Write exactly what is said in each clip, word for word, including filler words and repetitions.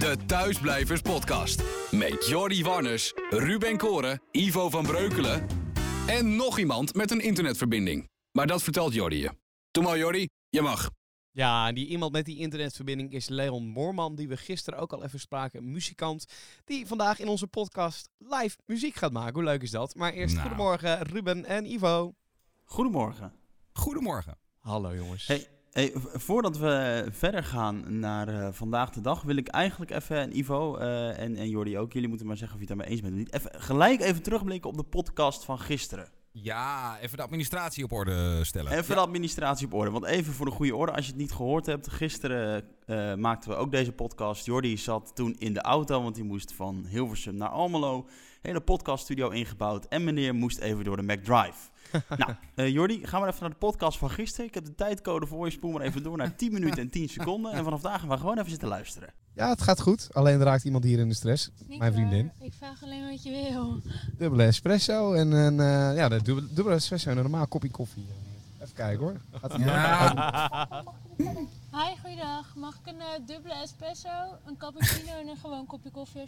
De Thuisblijvers Podcast. Met Jordi Warners, Ruben Koren, Ivo van Breukelen en nog iemand met een internetverbinding. Maar dat vertelt Jordi je. Doe maar, Jordi, je mag. Ja, die iemand met die internetverbinding is Leon Moorman, die we gisteren ook al even spraken. Een muzikant die vandaag in onze podcast live muziek gaat maken. Hoe leuk is dat? Maar eerst nou. Goedemorgen Ruben en Ivo. Goedemorgen. Goedemorgen. Hallo jongens. Hey, hey, voordat we verder gaan naar uh, vandaag de dag, wil ik eigenlijk even, en Ivo uh, en, en Jordi ook, jullie moeten maar zeggen of je het daarmee eens bent of niet, even, gelijk even terugblikken op de podcast van gisteren. Ja, even de administratie op orde stellen. Even ja. de administratie op orde, want even voor de goede orde, als je het niet gehoord hebt, gisteren uh, maakten we ook deze podcast. Jordi zat toen in de auto, want hij moest van Hilversum naar Almelo. Hele podcaststudio ingebouwd en meneer moest even door de McDrive. Nou, uh, Jordi, gaan we even naar de podcast van gisteren. Ik heb de tijdcode voor je, spoel maar even door naar tien minuten en tien seconden. En vanaf daar gaan we gewoon even zitten luisteren. Ja, het gaat goed. Alleen er raakt iemand hier in de stress. Niet Mijn vriendin. Hoor. Ik vraag alleen wat je wil. Dubbele espresso en een uh, ja, de dubbele, dubbele espresso en een normaal kopje koffie. Even kijken hoor. Gaat het ja. Hi, goeiedag. Mag ik een uh, dubbele espresso, een cappuccino en een gewoon kopje koffie?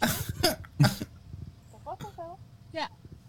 Ja.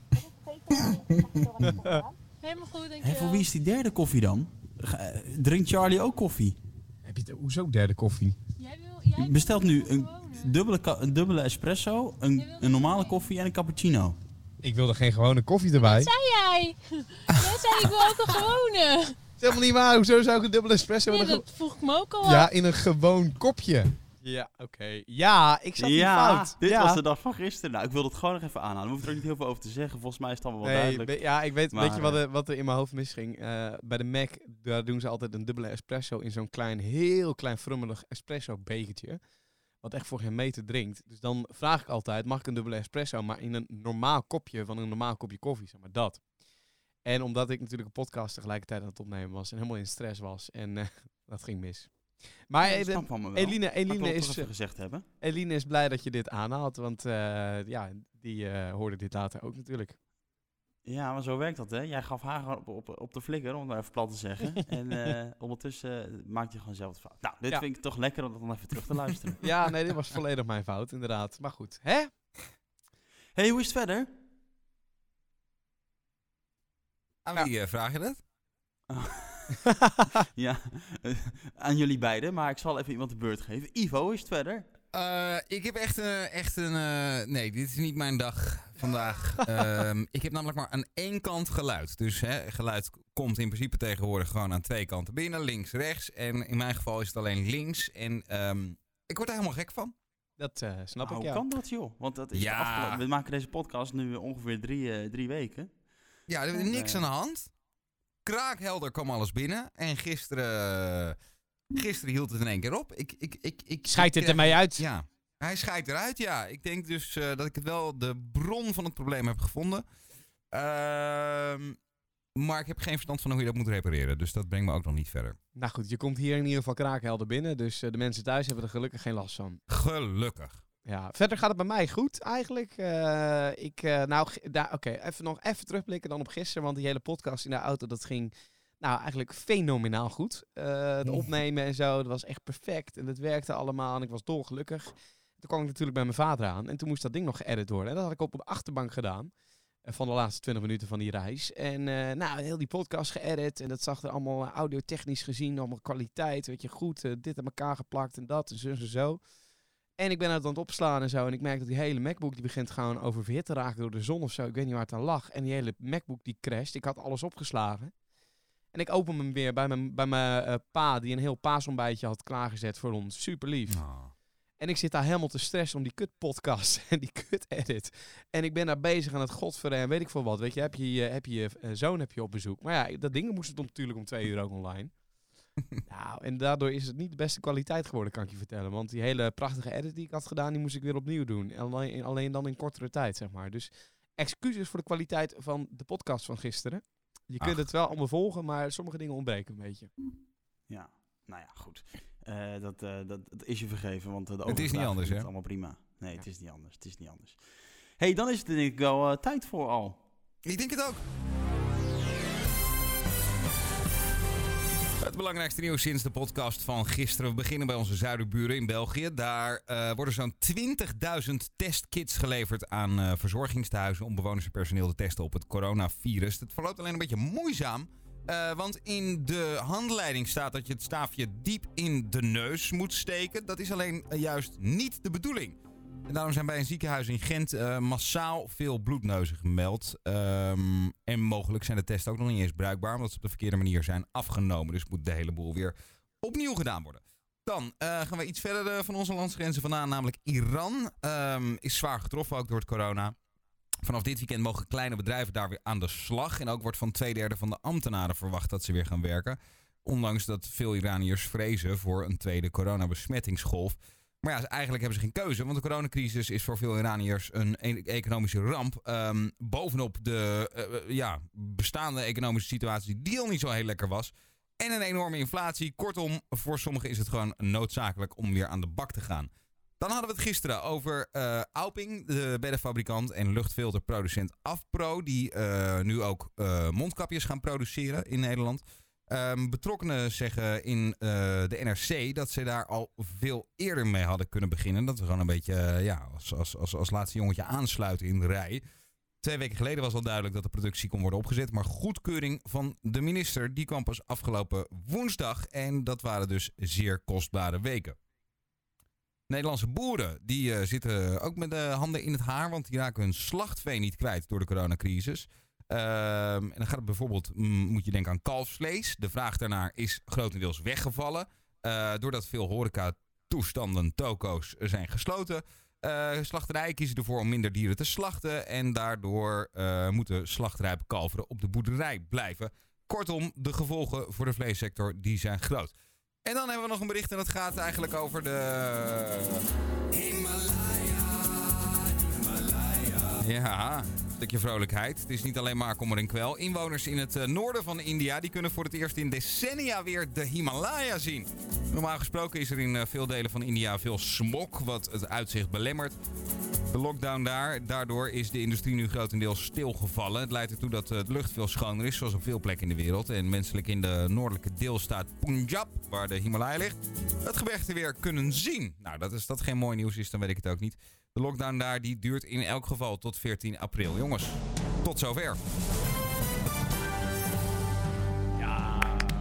Helemaal goed, dankjewel. Hé, voor wie is die derde koffie dan? Drinkt Charlie ook koffie? Heb je het, hoezo derde koffie? Jij wil, jij Je bestelt nu een gewone. dubbele, een dubbele espresso, een, een normale koffie en een cappuccino. Ik wilde geen gewone koffie erbij. Wat zei jij? Jij zei ik wil ook een gewone. Dat is helemaal niet waar. Hoezo zou ik een dubbele espresso Nee, willen? dat vroeg ik me ook al. Ja, in een gewoon kopje. Ja, oké. Okay. Ja, ik zat ja, niet fout. dit ja. was de dag van gisteren. Nou, ik wil het gewoon nog even aanhalen. We hoeven er ook niet heel veel over te zeggen. Volgens mij is het allemaal wel Nee, duidelijk. be- ja, ik weet, Maar, weet je wat er, wat er in mijn hoofd misging? Uh, bij de Mac, daar doen ze altijd een dubbele espresso in zo'n klein, heel klein frummelig espresso bekertje. Wat echt voor geen meter drinkt. Dus dan vraag ik altijd, mag ik een dubbele espresso, maar in een normaal kopje van een normaal kopje koffie, zeg maar dat. En omdat ik natuurlijk een podcast tegelijkertijd aan het opnemen was en helemaal in stress was en uh, dat ging mis. Maar Ja, uh, snap van me wel. Eline, Maar ik Eline, wil het is, toch even gezegd hebben. Eline is blij dat je dit aanhaalt, want uh, ja, die uh, hoorde dit later ook natuurlijk. Ja, maar zo werkt dat, hè. Jij gaf haar gewoon op, op, op de flikker, om het maar even plat te zeggen. en uh, ondertussen uh, maak je gewoon zelf het fout. Nou, dit ja. vind ik toch lekker om dat dan even terug te luisteren. Ja, nee, dit was volledig mijn fout, inderdaad. Maar goed, hè? Hey, hoe is het verder? Aan wie uh, vraag je dat? Oh. ja, uh, aan jullie beiden, maar ik zal even iemand de beurt geven. Ivo, hoe is het verder? Uh, ik heb echt een... Echt een uh, nee, dit is niet mijn dag vandaag. um, ik heb namelijk maar aan één kant geluid. Dus hè, geluid komt in principe tegenwoordig gewoon aan twee kanten binnen. Links, rechts. En in mijn geval is het alleen links. En um, ik word er helemaal gek van. Dat uh, snap nou, ik, ja. Hoe kan dat, joh? Want dat is ja. de afgelopen... We maken deze podcast nu ongeveer drie, uh, drie weken. Ja, er is niks uh, aan de hand. Kraakhelder kwam alles binnen. En gisteren... Gisteren hield het in één keer op. Ik, ik, ik, ik, Schijt het ik, ermee uit? Ja, hij schijt eruit, ja. Ik denk dus uh, dat ik het wel de bron van het probleem heb gevonden. Uh, maar ik heb geen verstand van hoe je dat moet repareren. Dus dat brengt me ook nog niet verder. Nou goed, je komt hier in ieder geval kraakhelder binnen. Dus uh, de mensen thuis hebben er gelukkig geen last van. Gelukkig. Ja, verder gaat het bij mij goed eigenlijk. Uh, ik, uh, nou, Oké, okay, even nog even terugblikken dan op gisteren. Want die hele podcast in de auto, dat ging... Nou, eigenlijk fenomenaal goed. Uh, de opnemen en zo, dat was echt perfect. En het werkte allemaal en ik was dolgelukkig. Toen kwam ik natuurlijk bij mijn vader aan. En toen moest dat ding nog geëdit worden. En dat had ik op de achterbank gedaan. Uh, van de laatste twintig minuten van die reis. En uh, nou, heel die podcast geëdit. En dat zag er allemaal uh, audiotechnisch gezien. Allemaal kwaliteit, weet je, goed. Uh, dit aan elkaar geplakt en dat en zo en zo. En ik ben het aan het opslaan en zo. En ik merk dat die hele MacBook, die begint gewoon oververhit te raken door de zon of zo. Ik weet niet waar het aan lag. En die hele MacBook, die crasht. Ik had alles opgeslagen. En ik open hem weer bij mijn, bij mijn uh, pa, die een heel paasontbijtje had klaargezet voor ons. Super lief. Oh. En ik zit daar helemaal te stressen om die kut podcast en die kut edit. En ik ben daar bezig aan het godverre en weet ik veel wat. Weet je, heb je uh, heb je uh, zoon heb je op bezoek. Maar ja, dat ding moest het natuurlijk om twee uur ook online. Nou, en daardoor is het niet de beste kwaliteit geworden, kan ik je vertellen. Want die hele prachtige edit die ik had gedaan, die moest ik weer opnieuw doen. Alleen, alleen dan in kortere tijd, zeg maar. Dus excuses voor de kwaliteit van de podcast van gisteren. Je kunt Ach. het wel allemaal volgen, maar sommige dingen ontbreken een beetje. Ja, nou ja, goed. Uh, dat, uh, dat, dat is je vergeven, want de het is niet anders, hè? Het is allemaal prima. Nee, ja. het is niet anders. Het is niet anders. Hey, dan is het denk ik wel uh, tijd voor al. Ik denk het ook. Het belangrijkste nieuws sinds de podcast van gisteren. We beginnen bij onze zuiderburen in België. Daar uh, worden zo'n twintigduizend testkits geleverd aan uh, verzorgingstehuizen om bewoners en personeel te testen op het coronavirus. Het verloopt alleen een beetje moeizaam. Uh, want in de handleiding staat dat je het staafje diep in de neus moet steken. Dat is alleen uh, juist niet de bedoeling. En daarom zijn bij een ziekenhuis in Gent uh, massaal veel bloedneuzen gemeld. Um, en mogelijk zijn de testen ook nog niet eens bruikbaar, omdat ze op de verkeerde manier zijn afgenomen. Dus moet de hele boel weer opnieuw gedaan worden. Dan uh, gaan we iets verder uh, van onze landsgrenzen vandaan, namelijk Iran. Um, is zwaar getroffen ook door het corona. Vanaf dit weekend mogen kleine bedrijven daar weer aan de slag. En ook wordt van twee derde van de ambtenaren verwacht dat ze weer gaan werken. Ondanks dat veel Iraniërs vrezen voor een tweede coronabesmettingsgolf. Maar ja, eigenlijk hebben ze geen keuze, want de coronacrisis is voor veel Iraniërs een e- economische ramp. Um, bovenop de uh, ja, bestaande economische situatie die al niet zo heel lekker was. En een enorme inflatie. Kortom, voor sommigen is het gewoon noodzakelijk om weer aan de bak te gaan. Dan hadden we het gisteren over uh, Auping, de beddenfabrikant en luchtfilterproducent Afpro. Die uh, nu ook uh, mondkapjes gaan produceren in Nederland. Um, betrokkenen zeggen in uh, de N R C dat ze daar al veel eerder mee hadden kunnen beginnen. Dat we gewoon een beetje uh, ja, als, als, als, als laatste jongetje aansluiten in de rij. Twee weken geleden was al duidelijk dat de productie kon worden opgezet. Maar goedkeuring van de minister die kwam pas afgelopen woensdag. En dat waren dus zeer kostbare weken. Nederlandse boeren die uh, zitten ook met de handen in het haar. Want die raken hun slachtvee niet kwijt door de coronacrisis. Uh, en dan gaat het bijvoorbeeld, mm, moet je denken aan kalfsvlees. De vraag daarnaar is grotendeels weggevallen. Uh, doordat veel horeca-toestanden, toko's, zijn gesloten. Uh, slachterijen kiezen ervoor om minder dieren te slachten. En daardoor uh, moeten slachtrijpe kalveren op de boerderij blijven. Kortom, de gevolgen voor de vleessector die zijn groot. En dan hebben we nog een bericht en dat gaat eigenlijk over de... Himalaya, Himalaya. Ja, een stukje vrolijkheid. Het is niet alleen maar kommer en kwel. Inwoners in het uh, noorden van India die kunnen voor het eerst in decennia weer de Himalaya zien. Normaal gesproken is er in uh, veel delen van India veel smog, wat het uitzicht belemmert. De lockdown daar, daardoor is de industrie nu grotendeels stilgevallen. Het leidt ertoe dat uh, de lucht veel schoner is, zoals op veel plekken in de wereld. En menselijk in de noordelijke deelstaat Punjab, waar de Himalaya ligt, het gebergte weer kunnen zien. Nou, dat is dat geen mooi nieuws is, dan weet ik het ook niet. De lockdown daar die duurt in elk geval tot veertien april. Jongens, tot zover. Ja.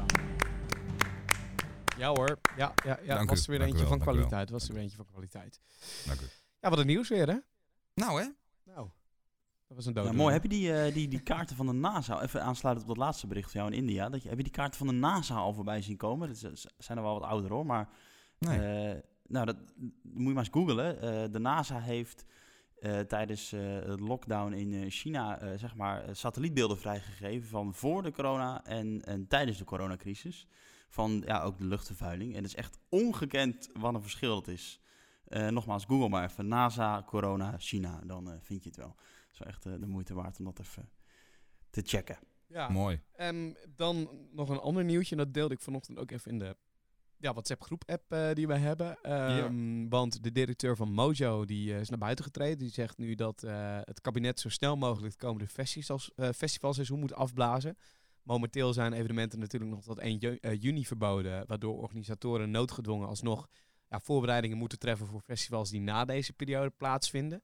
Ja hoor. Ja, ja, ja. Dank was u, er weer dank u eentje wel, van dank u wel. kwaliteit. Was er weer eentje van kwaliteit. Dank u. Ja, wat een nieuws weer, hè? Nou hè? Nou, dat was een dood. Ja, mooi. Heb je die, uh, die, die kaarten van de NASA, even aansluitend op dat laatste bericht van jou in India, dat je, heb je die kaarten van de NASA al voorbij zien komen? Dat is, zijn er wel wat ouder hoor, maar Nee. uh, nou, dat, dat moet je maar eens googlen. Uh, de NASA heeft uh, tijdens uh, de lockdown in uh, China uh, zeg maar, uh, satellietbeelden vrijgegeven van voor de corona en, en tijdens de coronacrisis. Van ja, ook de luchtvervuiling. En het is echt ongekend wat een verschil het is. Uh, nogmaals, google maar even NASA, corona, China. Dan uh, vind je het wel. Het is wel echt uh, de moeite waard om dat even te checken. Ja. Mooi. En dan nog een ander nieuwtje. En dat deelde ik vanochtend ook even in de ja, WhatsApp-groep-app uh, die wij hebben. Um, ja. Want de directeur van Mojo die, uh, is naar buiten getreden. Die zegt nu dat uh, het kabinet zo snel mogelijk het komende festivals, uh, festivalseizoen moet afblazen. Momenteel zijn evenementen natuurlijk nog tot één juni verboden. Waardoor organisatoren noodgedwongen alsnog ja, voorbereidingen moeten treffen voor festivals die na deze periode plaatsvinden.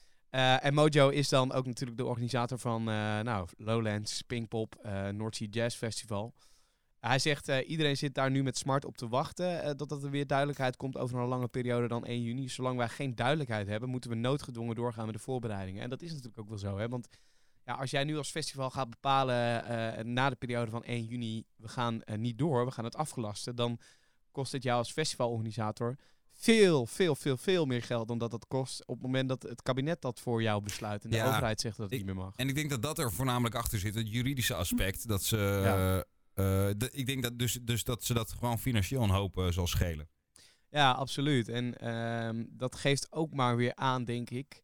Uh, en Mojo is dan ook natuurlijk de organisator van uh, nou, Lowlands, Pinkpop, uh, North Sea Jazz Festival. Hij zegt, uh, iedereen zit daar nu met smart op te wachten. Uh, dat er weer duidelijkheid komt over een lange periode dan één juni. Zolang wij geen duidelijkheid hebben, moeten we noodgedwongen doorgaan met de voorbereidingen. En dat is natuurlijk ook wel zo, hè. Want ja, als jij nu als festival gaat bepalen uh, na de periode van één juni, we gaan uh, niet door, we gaan het afgelasten, dan kost het jou als festivalorganisator veel, veel, veel, veel meer geld dan dat dat kost op het moment dat het kabinet dat voor jou besluit en de Ja, overheid zegt dat het ik, niet meer mag. En ik denk dat dat er voornamelijk achter zit, het juridische aspect. Dat ze, Ja. uh, uh, de, ik denk dat dus, dus dat ze dat gewoon financieel een hoop uh, zal schelen. Ja, absoluut. En um, dat geeft ook maar weer aan, denk ik,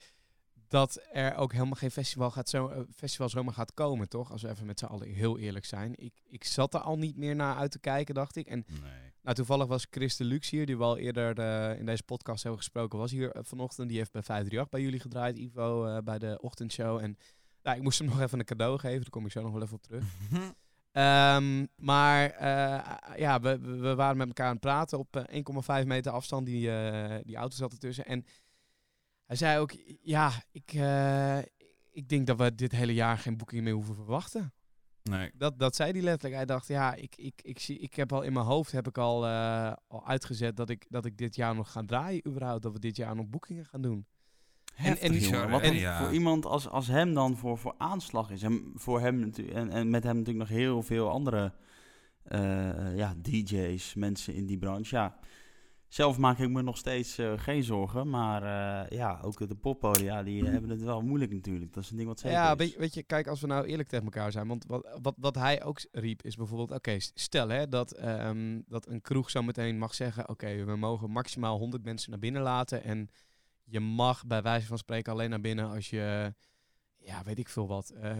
dat er ook helemaal geen festival, gaat zo, uh, festival zomaar gaat komen, toch? Als we even met z'n allen heel eerlijk zijn. Ik, ik zat er al niet meer naar uit te kijken, dacht ik. En Nee. nou, toevallig was Chris de Lux hier, die we al eerder uh, in deze podcast hebben gesproken, was hier uh, vanochtend. Die heeft bij vijf drie acht bij jullie gedraaid, Ivo, uh, bij de ochtendshow. En nou, ik moest hem nog even een cadeau geven, daar kom ik zo nog wel even op terug. Um, maar uh, ja, we, we waren met elkaar aan het praten op uh, één komma vijf meter afstand. Die, uh, die auto zat ertussen. En hij zei ook, ja, ik, uh, ik denk dat we dit hele jaar geen boeking meer hoeven verwachten. Nee. Dat, dat zei hij letterlijk. Hij dacht, ja, ik, ik, ik, zie, ik heb al in mijn hoofd heb ik al, uh, al uitgezet dat ik, dat ik dit jaar nog ga draaien überhaupt. Dat we dit jaar nog boekingen gaan doen. Heftig, en, en, jongen. Wat en, een, ja. voor iemand als, als hem dan voor, voor aanslag is. En, voor hem natuurlijk, en, en met hem natuurlijk nog heel veel andere uh, ja, D J's, mensen in die branche. Ja, zelf maak ik me nog steeds uh, geen zorgen. Maar uh, ja, ook de poppodia, die hebben het wel moeilijk natuurlijk. Dat is een ding wat zeker ja, is. weet je, weet je, kijk, als we nou eerlijk tegen elkaar zijn. Want wat, wat, wat hij ook riep is bijvoorbeeld... Oké, okay, stel hè, dat, um, dat een kroeg zo meteen mag zeggen... Oké, okay, we mogen maximaal honderd mensen naar binnen laten... en je mag bij wijze van spreken alleen naar binnen als je... Ja, weet ik veel wat. Uh,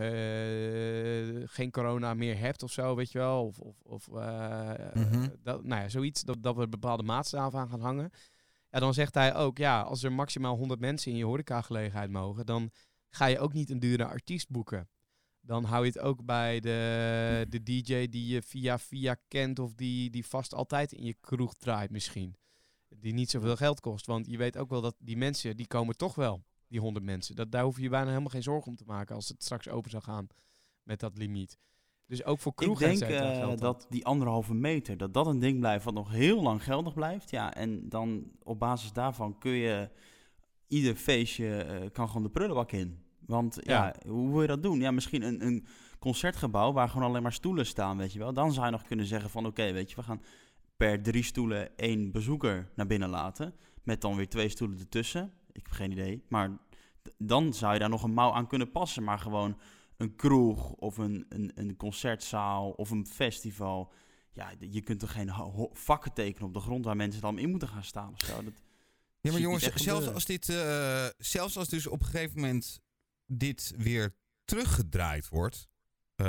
geen corona meer hebt of zo, weet je wel. Of, of, of uh, mm-hmm. uh, dat, nou ja, zoiets, dat, dat we bepaalde maatstaven aan gaan hangen. Ja, dan zegt hij ook, ja, als er maximaal honderd mensen in je horecagelegenheid mogen, dan ga je ook niet een dure artiest boeken. Dan hou je het ook bij de, de D J die je via via kent of die, die vast altijd in je kroeg draait misschien. Die niet zoveel geld kost, want je weet ook wel dat die mensen, die komen toch wel. Die honderd mensen. Dat, daar hoef je je bijna helemaal geen zorgen om te maken als het straks open zou gaan met dat limiet. Dus ook voor kroegen. Ik denk uh, dat die anderhalve meter, dat dat een ding blijft wat nog heel lang geldig blijft. Ja, en dan op basis daarvan kun je ieder feestje uh, kan gewoon de prullenbak in. Want ja. ja, hoe wil je dat doen? Ja, misschien een, een concertgebouw waar gewoon alleen maar stoelen staan, weet je wel. Dan zou je nog kunnen zeggen van oké, okay, weet je, we gaan per drie stoelen één bezoeker naar binnen laten. Met dan weer twee stoelen ertussen. Ik heb geen idee, maar d- dan zou je daar nog een mouw aan kunnen passen. Maar gewoon een kroeg of een, een, een concertzaal of een festival. Ja, je kunt er geen ho- vakken tekenen op de grond waar mensen dan in moeten gaan staan of zo. Dat ja, maar jongens, zelfs als dit, uh, zelfs als dus op een gegeven moment dit weer teruggedraaid wordt, uh,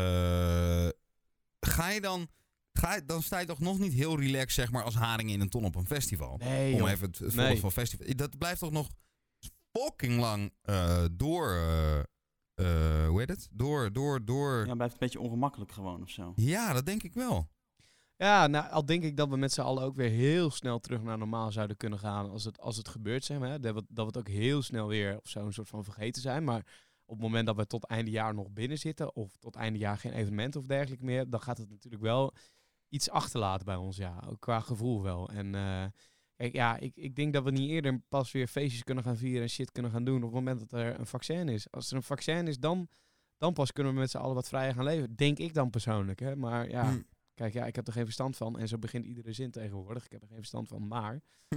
ga je dan... Ga je, dan sta je toch nog niet heel relaxed, zeg maar, als haring in een ton op een festival. Nee, Om joh. even het voorbeeld nee. van festival. Dat blijft toch nog fucking lang uh, door... Uh, uh, hoe heet het? Door, door, door... Ja, blijft een beetje ongemakkelijk gewoon of zo. Ja, dat denk ik wel. Ja, nou, al denk ik dat we met z'n allen ook weer heel snel terug naar normaal zouden kunnen gaan als het, als het gebeurt, zeg maar. Dat we, dat we het ook heel snel weer of zo een soort van vergeten zijn. Maar op het moment dat we tot einde jaar nog binnen zitten of tot einde jaar geen evenement of dergelijke meer, dan gaat het natuurlijk wel iets achterlaten bij ons, ja. Ook qua gevoel wel. En uh, kijk, ja, ik, ik denk dat we niet eerder pas weer feestjes kunnen gaan vieren en shit kunnen gaan doen op het moment dat er een vaccin is. Als er een vaccin is, dan, dan pas kunnen we met z'n allen wat vrijer gaan leven. Denk ik dan persoonlijk, hè. Maar ja, hm. kijk, ja, ik heb er geen verstand van. En zo begint iedere zin tegenwoordig. Ik heb er geen verstand van, maar... Hm.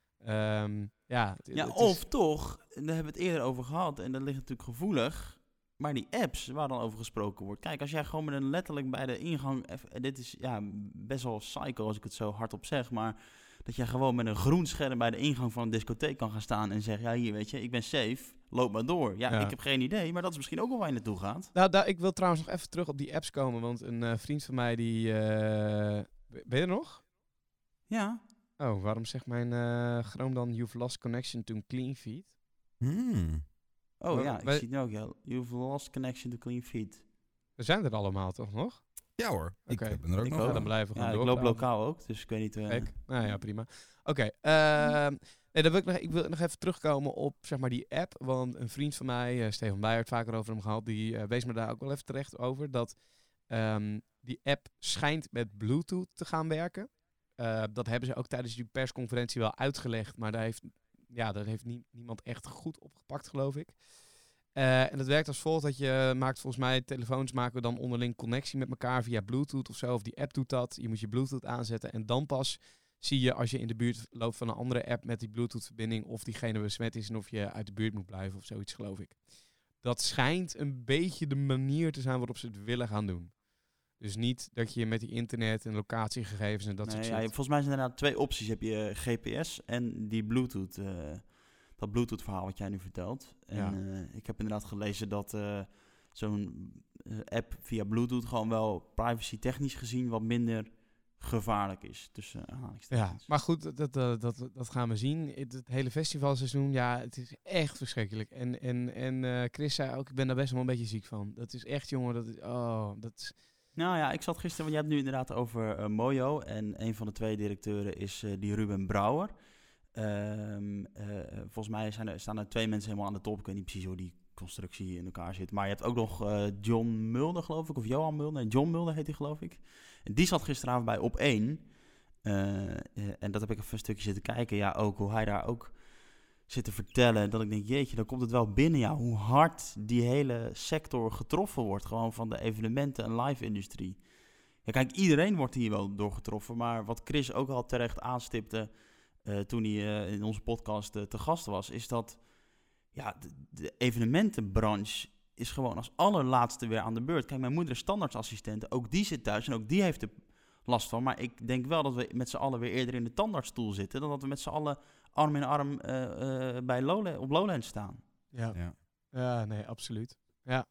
Um, ja, t- ja, of is... toch, daar hebben we het eerder over gehad en dat ligt natuurlijk gevoelig... Maar die apps waar dan over gesproken wordt. Kijk, als jij gewoon met een letterlijk bij de ingang... En dit is ja, best wel psycho als ik het zo hardop zeg. Maar dat jij gewoon met een groen scherm bij de ingang van een discotheek kan gaan staan... En zeggen, ja hier weet je, ik ben safe, loop maar door. Ja, ja, ik heb geen idee, maar dat is misschien ook wel waar je naartoe gaat. Nou, daar, ik wil trouwens nog even terug op die apps komen. Want een uh, vriend van mij die... Uh, ben je er nog? Ja. Oh, waarom zegt mijn uh, Chrome dan... You've lost connection to clean feed? Hmm... Oh maar, ja, ik wij... zie het ook, ja. You've lost connection to clean feed. We zijn er allemaal, toch nog? Ja hoor, ik okay. ben er ook ik nog. ook. Ja, dan blijven we ja, gewoon ik loop lokaal ook, dus ik weet niet... Uh... Kijk, nou ja, prima. Oké, okay, uh, nee, dan wil ik, nog, ik wil nog even terugkomen op zeg maar, die app. Want een vriend van mij, uh, Stefan Beijer, het vaker over hem gehad, die uh, wees me daar ook wel even terecht over. Dat um, die app schijnt met Bluetooth te gaan werken. Uh, dat hebben ze ook tijdens die persconferentie wel uitgelegd, maar daar heeft, ja, daar heeft nie, niemand echt goed opgepakt, geloof ik. Uh, en dat werkt als volgt, dat je maakt volgens mij, telefoons maken we dan onderling connectie met elkaar via Bluetooth of zo, of die app doet dat. Je moet je Bluetooth aanzetten en dan pas zie je als je in de buurt loopt van een andere app met die Bluetooth-verbinding of diegene besmet is en of je uit de buurt moet blijven of zoiets, geloof ik. Dat schijnt een beetje de manier te zijn waarop ze het willen gaan doen. Dus niet dat je met die internet en locatiegegevens en dat nee, soort ja, shit. Volgens mij zijn er inderdaad twee opties. Heb je G P S en die Bluetooth... Uh... Dat Bluetooth-verhaal wat jij nu vertelt. En ja. uh, ik heb inderdaad gelezen dat uh, zo'n uh, app via Bluetooth gewoon wel privacy-technisch gezien wat minder gevaarlijk is. Dus, uh, ja, maar goed, dat, dat, dat, dat gaan we zien. Het, het hele festivalseizoen, ja, het is echt verschrikkelijk. En, en, en uh, Chris zei ook, ik ben daar best wel een beetje ziek van. Dat is echt, jongen, dat is, oh, dat is, Nou ja, ik zat gisteren, want je hebt nu inderdaad over uh, Mojo. En een van de twee directeuren is uh, die Ruben Brouwer. Um, uh, volgens mij zijn er, staan er twee mensen helemaal aan de top. Ik weet niet precies hoe die constructie in elkaar zit. Maar je hebt ook nog uh, John Mulder, geloof ik. Of Johan Mulder. Nee, John Mulder heet hij, geloof ik. En die zat gisteravond bij Op één. Uh, uh, en dat heb ik even een stukje zitten kijken. Ja, ook hoe hij daar ook zit te vertellen. Dat ik denk, jeetje, dan komt het wel binnen. Ja, hoe hard die hele sector getroffen wordt. Gewoon van de evenementen- en live-industrie. Ja, kijk, iedereen wordt hier wel door getroffen. Maar wat Chris ook al terecht aanstipte uh, toen hij uh, in onze podcast uh, te gast was, is dat ja, de, de evenementenbranche is gewoon als allerlaatste weer aan de beurt. Kijk, mijn moeder is standaardsassistente. Ook die zit thuis en ook die heeft er last van. Maar ik denk wel dat we met z'n allen weer eerder in de tandartsstoel zitten dan dat we met z'n allen arm in arm uh, uh, bij Lowland, op Lowland staan. Ja. Ja. ja, nee, absoluut. Ja.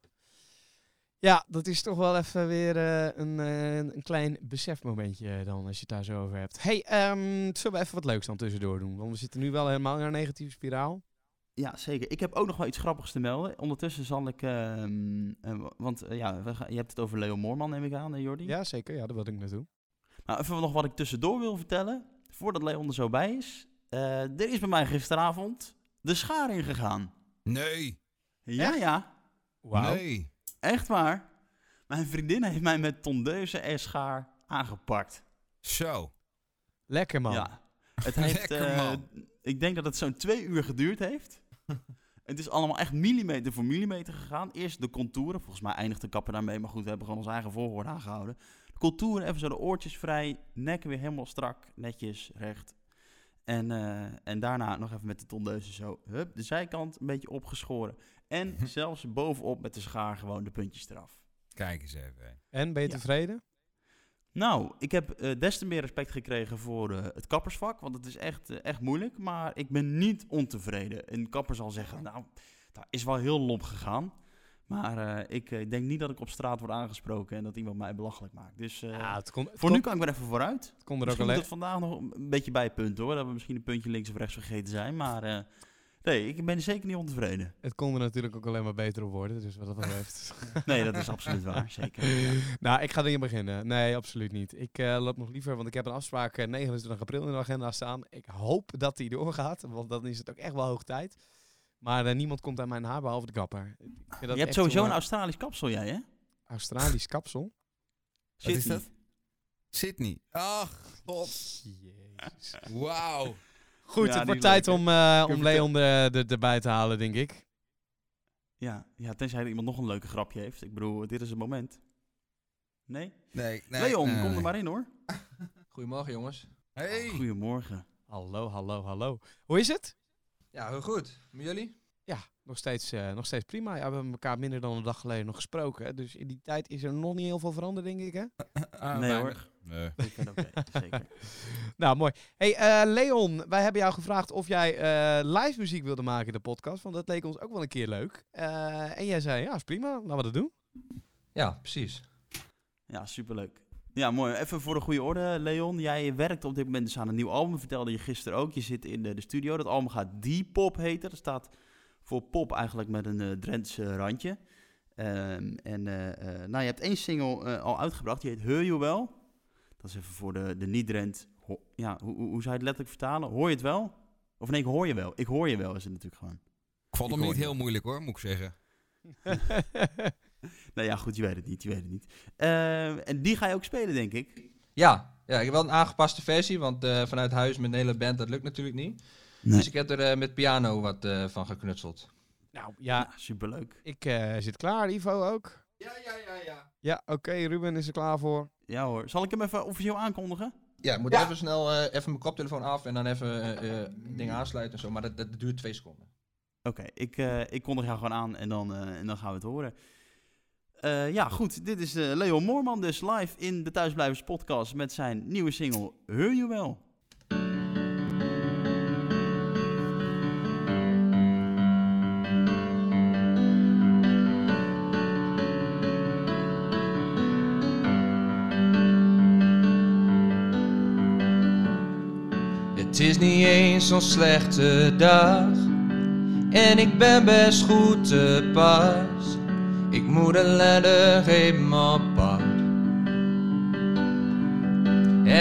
Ja, dat is toch wel even weer uh, een, uh, een klein besefmomentje dan, als je het daar zo over hebt. Hey, um, zullen we even wat leuks dan tussendoor doen? Want we zitten nu wel helemaal in een negatieve spiraal. Ja, zeker. Ik heb ook nog wel iets grappigs te melden. Ondertussen zal ik, uh, uh, want uh, ja, we gaan, je hebt het over Leo Moorman, neem ik aan, hè, Jordi? Ja, zeker. Ja, daar wil ik naartoe. Nou, even nog wat ik tussendoor wil vertellen, voordat Leon er zo bij is. Uh, er is bij mij gisteravond de schaar ingegaan. Nee. Ja, Echt? ja. Wauw. Nee. Echt waar. Mijn vriendin heeft mij met tondeuze en schaar aangepakt. Zo. Lekker, man. Ja. Het heeft, Lekker, uh, man. ik denk dat het zo'n twee uur geduurd heeft. Het is allemaal echt millimeter voor millimeter gegaan. Eerst de contouren. Volgens mij eindigt de kapper daarmee. Maar goed, we hebben gewoon ons eigen volgorde aangehouden. De contouren, even zo de oortjes vrij. Nek weer helemaal strak. Netjes, recht. En, uh, en daarna nog even met de tondeuze zo. Hup, de zijkant een beetje opgeschoren. En zelfs bovenop met de schaar gewoon de puntjes eraf. Kijk eens even. En, ben je Ja. tevreden? Nou, ik heb uh, des te meer respect gekregen voor uh, het kappersvak. Want het is echt, uh, echt moeilijk. Maar ik ben niet ontevreden. Een kapper zal zeggen, nou, dat is wel heel lomp gegaan. Maar uh, ik uh, denk niet dat ik op straat word aangesproken en dat iemand mij belachelijk maakt. Dus uh, Ja, het kon, het voor kon, nu kan ik weer even vooruit. het kon er ook Misschien moet alleen. het vandaag nog een beetje bijpunten hoor. Dat we misschien een puntje links of rechts vergeten zijn. Maar uh, nee, ik ben zeker niet ontevreden. Het kon er natuurlijk ook alleen maar beter op worden. Dus wat dat betreft. Nee, dat is absoluut waar. Zeker. Ja. Nou, ik ga erin beginnen. Nee, absoluut niet. Ik uh, loop nog liever, want ik heb een afspraak uh, negenentwintig april in de agenda staan. Ik hoop dat die doorgaat, want dan is het ook echt wel hoog tijd. Maar uh, niemand komt aan mijn haar, behalve de kapper. Ik vind dat Je hebt echt sowieso een een Australisch kapsel, jij hè? Australisch kapsel. Wat is Sydney. dat? Sydney. Ach, god. Jezus. Wauw. Goed, Ja, het die wordt is tijd leuk, om, hè? uh, Kun je om Leon er de, de, erbij te halen, denk ik. Ja, ja, tenzij er iemand nog een leuke grapje heeft. Ik bedoel, dit is het moment. Nee? Nee, nee. Leon, nee, kom nee. er maar in hoor. Goedemorgen jongens. Hey. Goedemorgen. Hallo, hallo, hallo. Hoe is het? Ja, heel goed. Met jullie? Ja, nog steeds, uh, nog steeds prima. Ja, we hebben elkaar minder dan een dag geleden nog gesproken. Hè? Dus in die tijd is er nog niet heel veel veranderd, denk ik, hè? Ah, Nee, weinig. Nee. Ik ben oké, zeker. Nou, mooi. Hey, uh, Leon, wij hebben jou gevraagd of jij uh, live muziek wilde maken in de podcast. Want dat leek ons ook wel een keer leuk. Uh, en jij zei, ja, is prima. Laten we dat doen. Ja, precies. Ja, superleuk. Ja, mooi. Even voor de goede orde, Leon. Jij werkt op dit moment dus aan een nieuw album. Vertelde je gisteren ook. Je zit in de, de studio. Dat album gaat Die-Pop heten. Dat staat voor pop eigenlijk met een uh, Drentse randje. Um, en uh, uh, nou, je hebt één single uh, al uitgebracht. Die heet Heur je wel. Dat is even voor de, de niet-Drent. Ho- ja, hoe, hoe zou je het letterlijk vertalen? Hoor je het wel? Of nee, ik hoor je wel. Ik hoor je wel is het natuurlijk gewoon. Ik vond Ik hem hoor niet je. heel moeilijk hoor, moet ik zeggen. Nou ja, goed, je weet het niet. Je weet het niet. Uh, en die ga je ook spelen, denk ik. Ja, ja, ik heb wel een aangepaste versie, want uh, vanuit huis met een hele band, dat lukt natuurlijk niet. Nee. Dus ik heb er uh, met piano wat uh, van geknutseld. Nou, ja, Ja, superleuk. ik uh, zit klaar. Ivo ook? Ja, ja, ja, ja. Ja, oké. Okay, Ruben is er klaar voor. Ja hoor. Zal ik hem even officieel aankondigen? Ja, ik moet even snel uh, even mijn koptelefoon af en dan even uh, uh, dingen aansluiten en zo, maar dat, dat duurt twee seconden. Oké, okay, ik, uh, ik kondig jou gewoon aan en dan, uh, en dan gaan we het horen. Uh, ja, goed. Dit is uh, Leon Moorman dus live in de Thuisblijvers podcast met zijn nieuwe single Heur je wel. Het is niet eens zo'n slechte dag en ik ben best goed te pas. Ik moet alleen even apart,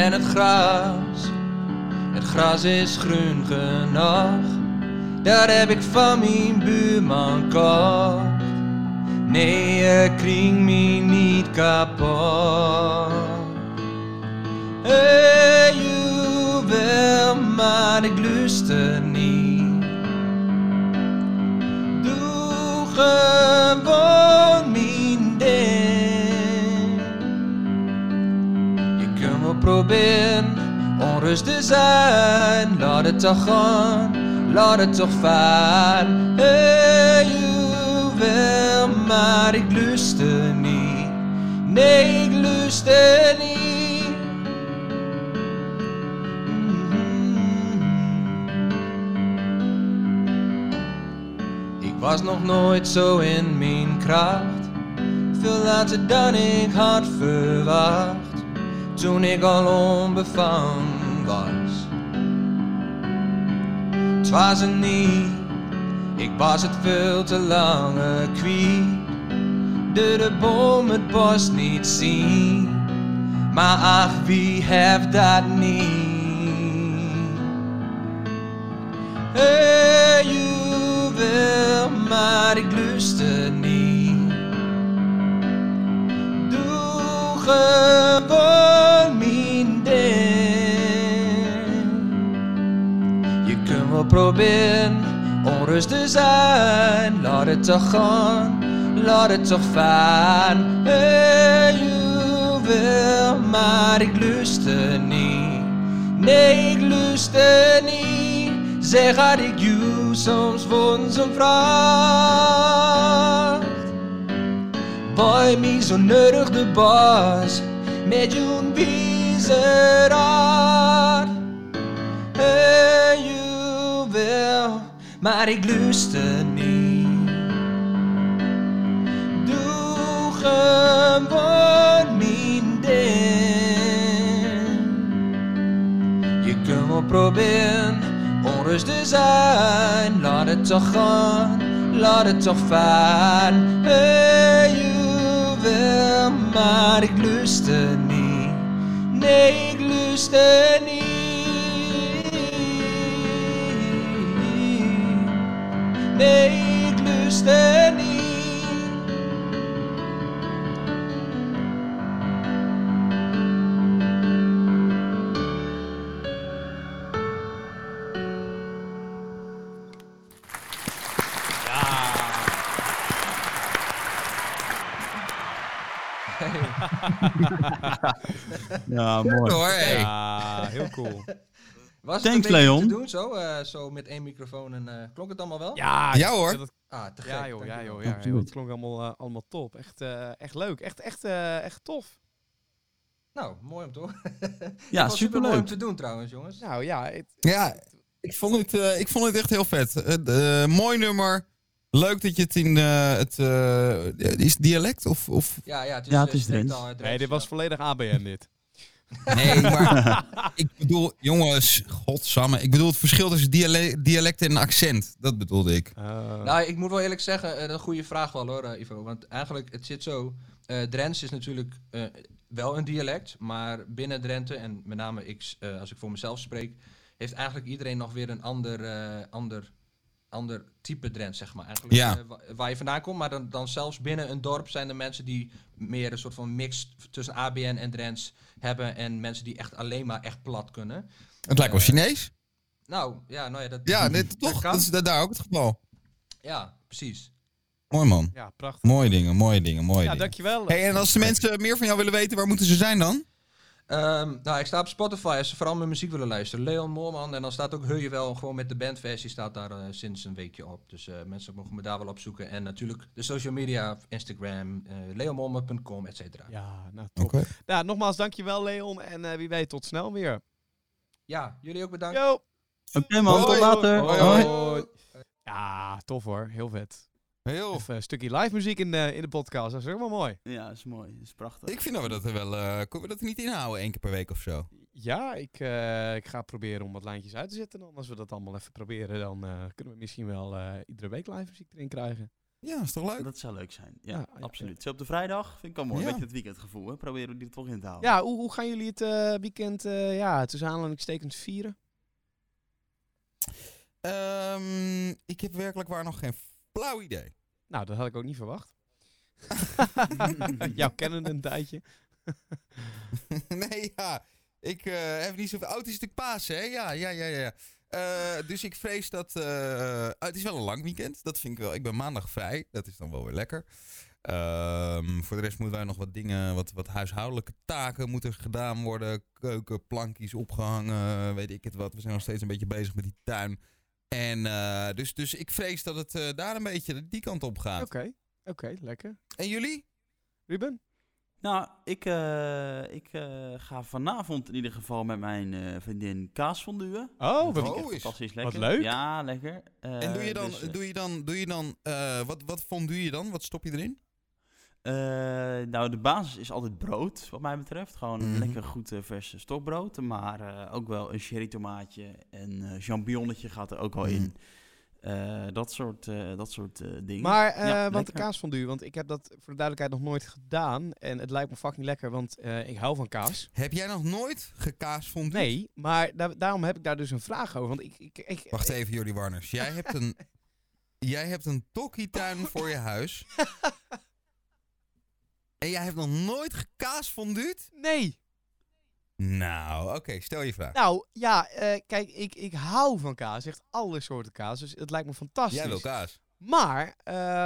en het gras. Het gras is groen genoeg. Dat heb ik van mijn buurman kocht. Nee, je kring me niet kapot. Hey, je wil, maar ik luister niet. Doe gewoon mijn ding. Je kunt wel proberen onrustig zijn. Laat het toch gaan, laat het toch varen. Hey, je wil, maar ik luister niet. Nee, ik luister niet. Ik was nog nooit zo in mijn kracht. Veel later dan ik had verwacht. Toen ik al onbevangen was. Het was er niet. Ik was het veel te lange kwijt. De, de boom het bos niet zien. Maar ach, wie heeft dat niet? Hey, je wil, maar ik luister niet. Doe gewoon mijn ding. Je kunt wel proberen onrustig zijn. Laat het toch gaan, laat het toch varen. Hey, je wil, maar ik luister niet. Nee, ik luister niet. Zeg had ik je soms voor zo'n vraag. Bij mij zo nodig de baas. Met je wijze raad. Hey, je wil, maar ik luister niet. Doe gewoon mijn ding. Je kunt wel proberen onrustig zijn. Laat het toch gaan, laat het toch varen. Hey, je wil, maar ik luister niet. Nee, ik luister niet. Nee, ik luister niet. Ja, mooi. Hoor, hey. Ja, heel cool. Was het Thanks, een beetje Leon. te doen zo? Uh, zo met één microfoon en uh, klonk het allemaal wel? Ja, Ja, hoor. dat- Ah, te gek. ja joh, ja dankjewel. joh, ja, joh. Het klonk allemaal, uh, allemaal top. Echt, uh, echt leuk. Echt, echt, uh, echt tof. Nou, mooi om te horen. Ja, Het was super mooi om superleuk. te doen trouwens, jongens. Nou ja, het, Ja, ik vond het, uh, ik vond het echt heel vet. Uh, uh, mooi nummer. Leuk dat je het in uh, het... Uh, is het dialect? Of, of... Ja, ja, het is, Ja, het uh, is streektaal Drents. uit nee, dit was ja. volledig A B N dit. Nee, maar ik bedoel, jongens, godsamme. Ik bedoel het verschil tussen diale- dialect en accent. Dat bedoelde ik. Uh, Nou, ik moet wel eerlijk zeggen, uh, een goede vraag wel hoor, uh, Ivo. Want eigenlijk, het zit zo... Uh, Drents is natuurlijk uh, wel een dialect, maar binnen Drenthe, en met name ik, uh, als ik voor mezelf spreek, heeft eigenlijk iedereen nog weer een ander, uh, ander, ander type Drents, zeg maar. Eigenlijk, Ja. uh, wa- waar je vandaan komt, maar dan, dan zelfs binnen een dorp zijn er mensen die meer een soort van mix tussen A B N en Drents hebben en mensen die echt alleen maar echt plat kunnen. Het lijkt wel Uh, Chinees. Nou, ja, nou ja, dat, Ja, nee, dat toch? kan. Dat is da- daar ook het geval. Ja, precies. Mooi man. ja, prachtig. Mooie dingen, mooie dingen, mooie Ja, dingen. dankjewel. Hey, en als de mensen meer van jou willen weten, waar moeten ze zijn dan? Um, nou, ik sta op Spotify als ze vooral mijn muziek willen luisteren. Leon Moorman. En dan staat ook Heur je wel, gewoon met de bandversie staat daar uh, sinds een weekje op. Dus uh, mensen mogen me daar wel opzoeken. En natuurlijk de social media, Instagram, uh, leonmoorman punt com, et cetera. Ja, nou top. Oké. Nou, nogmaals dankjewel Leon en uh, wie weet tot snel weer. Ja, jullie ook bedankt. Yo! Oké man, tot Hoi. later. Hoi. Hoi. Hoi. Ja, tof hoor. Heel vet. Heel. Even een stukje live muziek in de, in de podcast. Dat is ook wel mooi. Ja, dat is mooi. Dat is prachtig. Ik vind dat we dat er wel... Uh, kunnen we dat er niet inhouden één keer per week of zo? Ja, ik, uh, ik ga proberen om wat lijntjes uit te zetten. Dan. Als we dat allemaal even proberen, dan uh, kunnen we misschien wel uh, iedere week live muziek erin krijgen. Ja, is toch leuk? Dat zou leuk zijn. Ja, Ja, ja, absoluut. Zo op de vrijdag vind ik al mooi. Ja. Een beetje het weekendgevoel. Hè? Proberen we die er toch in te houden. Ja, hoe, hoe gaan jullie het eh, weekend uh, ja, tussen aanhalingstekens vieren? Um, ik heb werkelijk waar nog geen flauw idee. Nou, dat had ik ook niet verwacht. Jou kennen een tijdje. nee, ja. Ik uh, heb niet zoveel... Oh, het is natuurlijk Pasen, hè? Ja, ja, ja, ja. Uh, dus ik vrees dat... Uh, het is wel een lang weekend. Dat vind ik wel. Ik ben maandag vrij. Dat is dan wel weer lekker. Um, voor de rest moeten wij nog wat dingen... Wat, wat huishoudelijke taken moeten gedaan worden. Keukenplankjes opgehangen. Weet ik het wat. We zijn nog steeds een beetje bezig met die tuin. En uh, dus, dus ik vrees dat het uh, daar een beetje die kant op gaat. Oké, okay. oké, okay, lekker. En jullie? Ruben? Nou, ik, uh, ik uh, ga vanavond in ieder geval met mijn uh, vriendin kaasfondue. Oh, wat oh, fantastisch lekker. Wat leuk. Ja, lekker. Uh, en doe je dan, dus, uh, doe je dan, doe je dan uh, wat, wat fondue je dan? Wat stop je erin? Uh, nou, de basis is altijd brood, wat mij betreft. Gewoon mm-hmm. lekker goed uh, vers stokbrood. Maar uh, ook wel een cherry tomaatje en uh, champignonnetje gaat er ook wel mm-hmm. in. Uh, dat soort, uh, dat soort uh, dingen. Maar, uh, ja, want lekker. de kaasfondue, want ik heb dat voor de duidelijkheid nog nooit gedaan. En het lijkt me fucking lekker, want uh, ik hou van kaas. Heb jij nog nooit gekaasfondue? Nee, maar da- daarom heb ik daar dus een vraag over. Want ik, ik, ik, Wacht even, Jordi Warners. Jij hebt een, jij hebt een tokkietuin voor je huis. En jij hebt nog nooit gekaasfonduut? Nee. Nou, oké, okay, stel je vraag. Nou, ja, uh, kijk, ik, ik hou van kaas. Echt alle soorten kaas. Dus het lijkt me fantastisch. Jij wil kaas. Maar,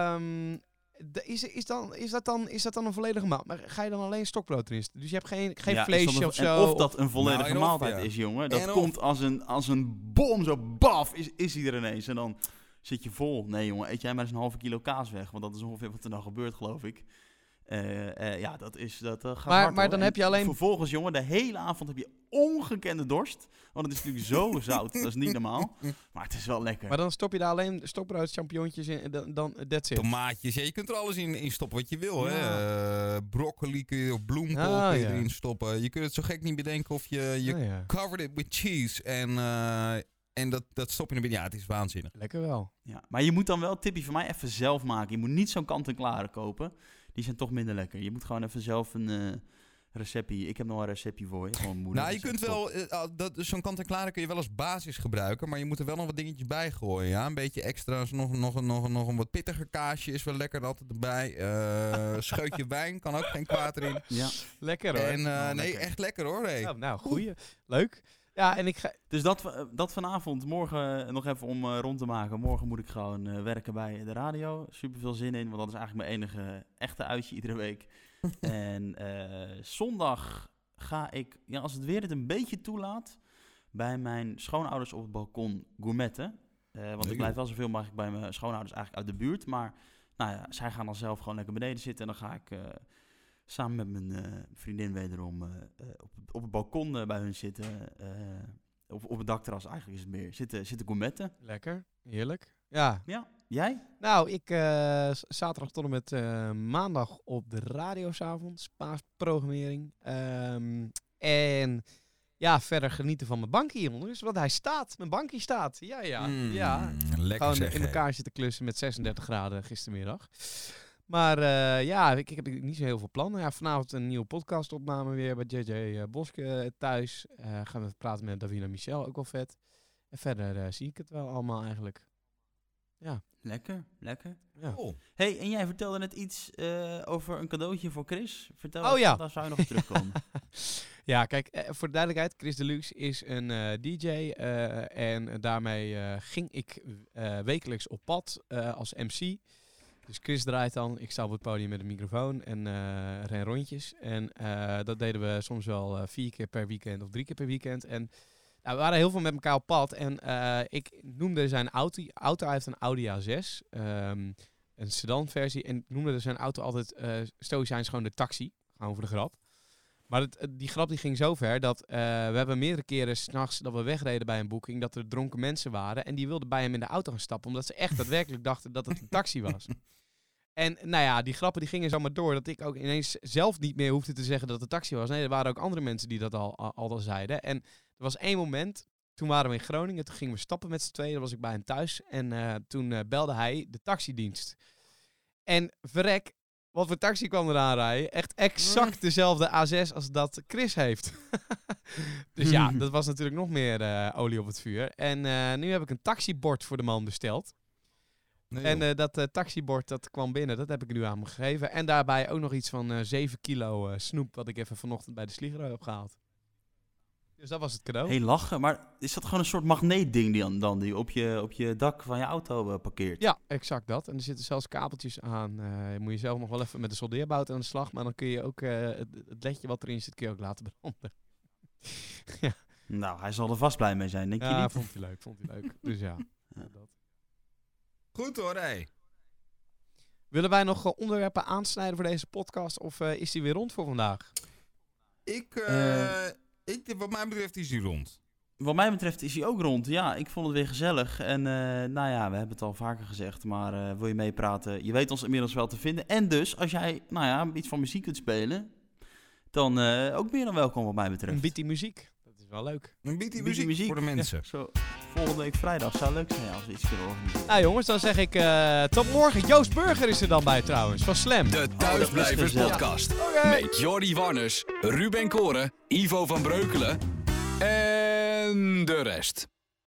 um, de, is, is, dan, is, dat dan, is dat dan een volledige maal? Maar ga je dan alleen stokbrood erin? Dus je hebt geen, geen ja, vleesje een, of zo? Of dat een volledige nou, maaltijd of, ja. is, jongen. Dat en komt of. als een, als een bom, zo baf, is, is hij er ineens. En dan zit je vol. Nee, jongen, eet jij maar eens een halve kilo kaas weg. Want dat is ongeveer wat er dan gebeurt, geloof ik. Uh, uh, ja, dat is dat uh, gaat maar, hard, maar dan en heb je alleen... Vervolgens, jongen, de hele avond heb je ongekende dorst. Want het is natuurlijk zo zout, dat is niet normaal. Maar het is wel lekker. Maar dan stop je daar alleen stokbrood, champignons in, dan, dan that's it. Tomaatjes, ja, je kunt er alles in, in stoppen wat je wil. Ja. Hè? Uh, broccoli kun je, of bloemkool ah, kun je ja. erin stoppen. Je kunt het zo gek niet bedenken of je, je ah, ja. covered it with cheese. En, uh, en dat, dat stop je er binnen. Ja, het is waanzinnig. Lekker wel. Ja, maar je moet dan wel, tipje van mij, even zelf maken. Je moet niet zo'n kant-en-klare kopen. Die zijn toch minder lekker. Je moet gewoon even zelf een uh, receptje... Ik heb nog een receptje voor je. Gewoon moeder. Nou, je kunt wel... Uh, dat, zo'n kant-en-klare kun je wel als basis gebruiken. Maar je moet er wel nog wat dingetjes bij gooien. Ja? Een beetje extra's. Nog, nog, nog, nog een wat pittiger kaasje is wel lekker altijd erbij. Uh, scheutje wijn kan ook geen kwaad erin. Ja. Lekker hoor. En, uh, oh, nee, lekker. echt lekker hoor. Hey. Nou, nou goeie. Leuk. Ja, en ik ga... Dus dat, dat vanavond, morgen nog even om uh, rond te maken. Morgen moet ik gewoon uh, werken bij de radio. Super veel zin in, want dat is eigenlijk mijn enige echte uitje iedere week. En uh, zondag ga ik, ja, als het weer het een beetje toelaat, bij mijn schoonouders op het balkon gourmetten. Uh, want ik blijf wel zoveel mogelijk bij mijn schoonouders eigenlijk uit de buurt. Maar nou ja, zij gaan dan zelf gewoon lekker beneden zitten. En dan ga ik... Uh, samen met mijn uh, vriendin wederom uh, uh, op, op het balkon uh, bij hun zitten. Uh, op, op het dakterras eigenlijk is het meer. Zitten, zitten gourmetten. Lekker, heerlijk. Ja. Ja, jij? Nou, ik uh, zaterdag tot en met uh, maandag op de radio 's avonds. Paasprogrammering. Um, en ja, verder genieten van mijn bankie, jongens. Want hij staat. Mijn bankie staat. Ja, ja. Mm, ja. Lekker Gewoon zeg, in elkaar zitten klussen met zesendertig graden gistermiddag. Maar uh, ja, ik, ik heb niet zo heel veel plannen. Ja, vanavond een nieuwe podcastopname weer bij J J uh, Boske uh, thuis. Uh, gaan we praten met Davina Michel, ook wel vet. En verder uh, zie ik het wel allemaal eigenlijk. Ja. Lekker, lekker. Ja. Oh. Hey, en jij vertelde net iets uh, over een cadeautje voor Chris. Vertel oh, eens, ja. daar zou je nog terugkomen. Ja, kijk, uh, voor de duidelijkheid, Chris Deluxe is een uh, D J. Uh, en daarmee uh, ging ik uh, wekelijks op pad uh, als M C. Dus Chris draait dan, ik sta op het podium met een microfoon en uh, ren rondjes. En uh, dat deden we soms wel uh, vier keer per weekend of drie keer per weekend. En nou, we waren heel veel met elkaar op pad. En uh, ik noemde zijn auto, auto hij heeft een Audi A zes, um, een sedanversie. En ik noemde zijn auto altijd uh, stoïcijns gewoon de taxi, gewoon voor de grap. Maar het, die grap die ging zo ver dat uh, we hebben meerdere keren 's nachts dat we wegreden bij een boeking, dat er dronken mensen waren. En die wilden bij hem in de auto gaan stappen, omdat ze echt daadwerkelijk dachten dat het een taxi was. En nou ja, die grappen die gingen zo maar door dat ik ook ineens zelf niet meer hoefde te zeggen dat het een taxi was. Nee, er waren ook andere mensen die dat al, al, al zeiden. En er was één moment, toen waren we in Groningen, toen gingen we stappen met z'n tweeën, dan was ik bij hem thuis. En uh, toen uh, belde hij de taxidienst. En verrek, wat voor taxi kwam eraan rijden? Echt exact dezelfde A zes als dat Chris heeft. Dus ja, dat was natuurlijk nog meer uh, olie op het vuur. En uh, nu heb ik een taxibord voor de man besteld. Nee, en uh, dat uh, taxibord dat kwam binnen, dat heb ik nu aan hem gegeven. En daarbij ook nog iets van uh, zeven kilo uh, snoep, wat ik even vanochtend bij de Sliegero heb gehaald. Dus dat was het cadeau. Heel lachen, maar is dat gewoon een soort magneetding die dan, dan die op je, op je dak van je auto uh, parkeert? Ja, exact dat. En er zitten zelfs kabeltjes aan. Uh, moet je zelf nog wel even met de soldeerbout aan de slag. Maar dan kun je ook uh, het, het ledje wat erin zit, kun je ook laten branden. Ja. Nou, hij zal er vast blij mee zijn, denk je Ja, niet? vond hij leuk, vond hij leuk. Dus ja. Ja. Dat. Goed hoor, hé. Willen wij nog uh, onderwerpen aansnijden voor deze podcast? Of uh, is die weer rond voor vandaag? Ik, uh, ik, wat mij betreft is die rond. Wat mij betreft is hij ook rond. Ja, ik vond het weer gezellig. En uh, nou ja, we hebben het al vaker gezegd. Maar uh, wil je meepraten? Je weet ons inmiddels wel te vinden. En dus, als jij nou ja, iets van muziek kunt spelen, dan uh, ook meer dan welkom wat mij betreft. Een beetje muziek. Dat is wel leuk. Een beetje Beetje muziek, muziek. voor de mensen. Ja, zo, volgende week vrijdag zou leuk zijn als we iets kunnen organiseren. Nou jongens, dan zeg ik uh, tot morgen. Joost Burger is er dan bij trouwens, van Slam. De Thuisblijvers podcast. Okay. Met Jordi Warners, Ruben Koren, Ivo van Breukelen en de rest.